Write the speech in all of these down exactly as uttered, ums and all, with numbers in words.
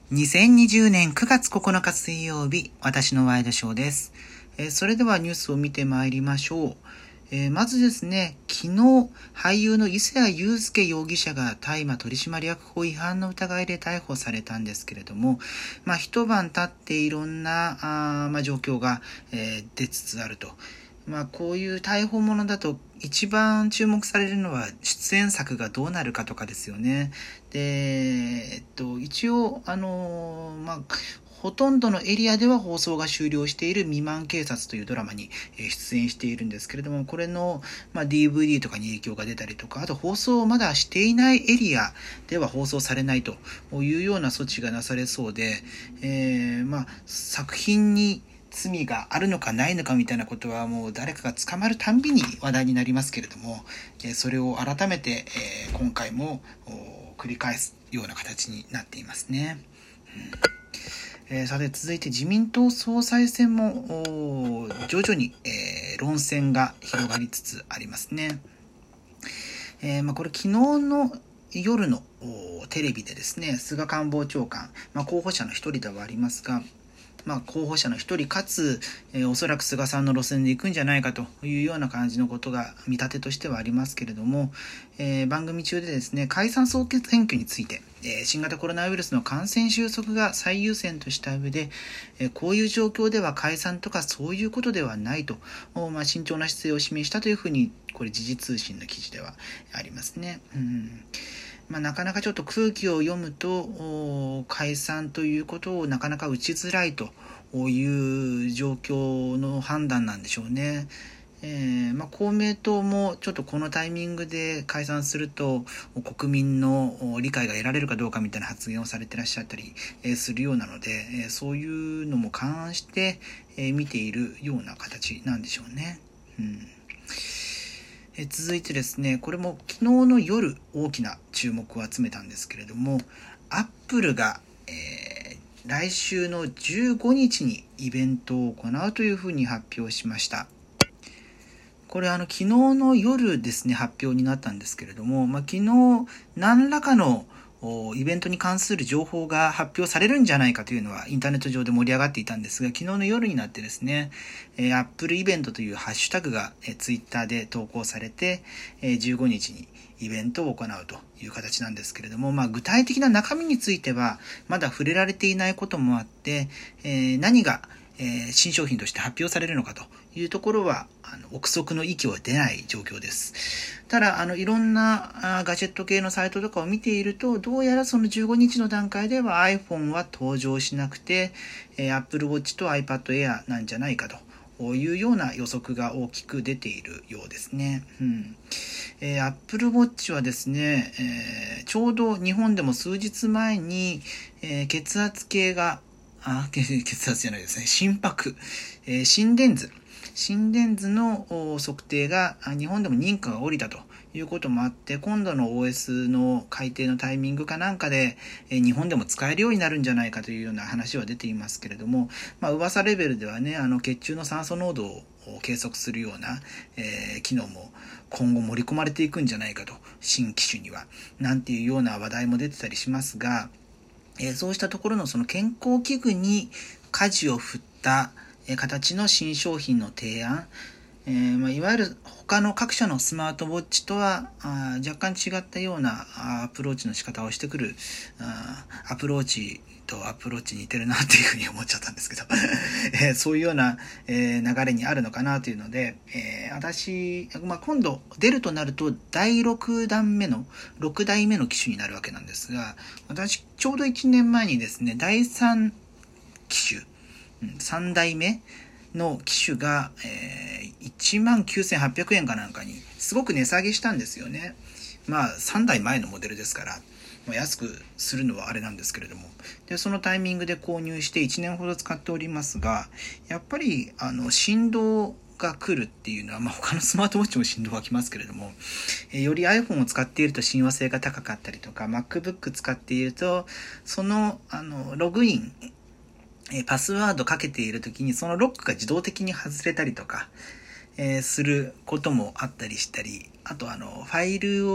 にせんにじゅうねんくがつここのか水曜日、私のワイドショーです。えー、それではニュースを見てまいりましょう。えー、まずですね、昨日、俳優の伊勢谷友介容疑者が大麻取締役法違反の疑いで逮捕されたんですけれども、まあ、一晩経っていろんなあ、まあ、状況が、えー、出つつあると。まあ、こういう逮捕者だと一番注目されるのは出演作がどうなるかとかですよね。で、えっと、一応、あのー、まあ、ほとんどのエリアでは放送が終了している未満警察というドラマに出演しているんですけれども、これの、まあ、ディーブイディー とかに影響が出たりとか、あと放送をまだしていないエリアでは放送されないというような措置がなされそうで、えー、まあ、作品に罪があるのかないのかみたいなことはもう誰かが捕まるたんびに話題になりますけれども、それを改めて今回も繰り返すような形になっていますね。うんえー、さて続いて自民党総裁選も徐々に、えー、論戦が広がりつつありますね。えーまあ、これ昨日の夜のテレビでですね、菅官房長官、まあ、候補者の一人ではありますが、まあ、候補者の一人かつ、えー、おそらく菅さんの路線で行くんじゃないかというような感じのことが見立てとしてはありますけれども、えー、番組中でですね、解散総決選挙について、えー、新型コロナウイルスの感染収束が最優先とした上で、えー、こういう状況では解散とかそういうことではないと、まあ、慎重な姿勢を示したというふうに、これ時事通信の記事ではありますね。うんまあ、なかなかちょっと空気を読むと解散ということをなかなか打ちづらいという状況の判断なんでしょうね。えーまあ、公明党もちょっとこのタイミングで解散すると国民の理解が得られるかどうかみたいな発言をされてらっしゃったりするようなので、そういうのも勘案して見ているような形なんでしょうね。うんえ続いてですね、これも昨日の夜大きな注目を集めたんですけれども、アップルが、えー、来週のじゅうごにちにイベントを行うというふうに発表しました。これあの昨日の夜ですね、発表になったんですけれども、まあ、昨日何らかのイベントに関する情報が発表されるんじゃないかというのはインターネット上で盛り上がっていたんですが、昨日の夜になってですね、えー、Apple イベントというハッシュタグが、えー、Twitter で投稿されて、えー、じゅうごにちにイベントを行うという形なんですけれども、まあ、具体的な中身についてはまだ触れられていないこともあって、えー、何がえー、新商品として発表されるのかというところはあの憶測の域は出ない状況です。ただあのいろんなあガジェット系のサイトとかを見ていると、どうやらそのじゅうごにちの段階では iPhone は登場しなくて、えー、Apple Watch と iPad Air なんじゃないかというような予測が大きく出ているようですね。うんえー、Apple Watch はですね、えー、ちょうど日本でも数日前に、えー、血圧計があ、血圧じゃないですね。心拍、えー、心電図。心電図の測定が日本でも認可が下りたということもあって、今度の オーエス の改定のタイミングかなんかで、えー、日本でも使えるようになるんじゃないかというような話は出ていますけれども、まあ、噂レベルではね、あの血中の酸素濃度を計測するような、えー、機能も今後盛り込まれていくんじゃないかと、新機種には。なんていうような話題も出てたりしますが、えー、そうしたところのその健康器具に舵を振った、えー、形の新商品の提案、えーまあ、いわゆる他の各社のスマートウォッチとはあ若干違ったようなアプローチの仕方をしてくるあアプローチとアプローチに似てるなっていうふうに思っちゃったんですけど、えー、そういうような、えー、流れにあるのかなというので、えー、私、まあ、今度出るとなるとだいろくだんめのろくだいめの機種になるわけなんですが、私ちょうどいちねんまえにですね、だいさん機種、さんだいめの機種が、えー、いちまんきゅうせんはっぴゃくえんかなんかにすごく値下げしたんですよね。まあさんだいまえのモデルですから、まあ、安くするのはあれなんですけれども、でそのタイミングで購入していちねんほど使っておりますが、やっぱりあの振動が来るっていうのは、まあ、他のスマートウォッチも振動が来ますけれども、えー、より iPhone を使っていると親和性が高かったりとか、 MacBook 使っているとその、あのログインパスワードかけているときにそのロックが自動的に外れたりとか、えー、することもあったりしたり、あとあのファイルを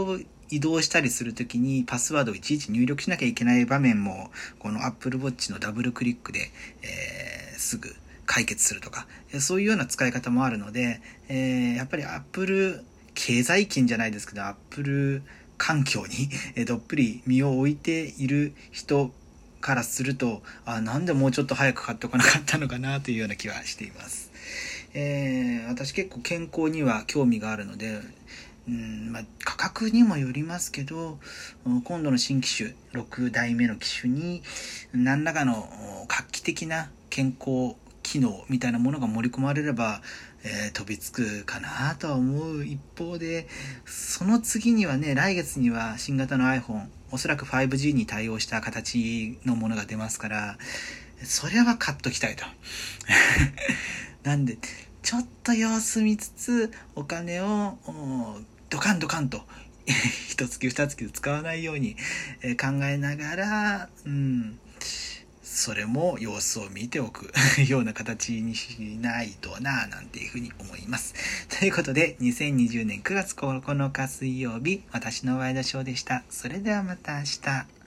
移動したりするときにパスワードをいちいち入力しなきゃいけない場面も、この Apple Watch のダブルクリックで、えー、すぐ解決するとか、そういうような使い方もあるので、えー、やっぱり Apple 経済圏じゃないですけど、Apple 環境にどっぷり身を置いている人からすると、あ、なんでもうちょっと早く買っておかなかったのかなというような気はしています。えー、私結構健康には興味があるので、うんまあ、価格にもよりますけど、今度の新機種ろくだいめの機種に何らかの画期的な健康機能みたいなものが盛り込まれれば、えー、飛びつくかなとは思う一方で、その次にはね、来月には新型の iPhone、おそらく ファイブジー に対応した形のものが出ますから、それは買っときたいとなんでちょっと様子見つつお金をドカンドカンと一月二月使わないように考えながら、うん、それも様子を見ておくような形にしないとななんていうふうに思います。ということでにせんにじゅうねんくがつここのか水曜日、私のワイドショーでした。それではまた明日。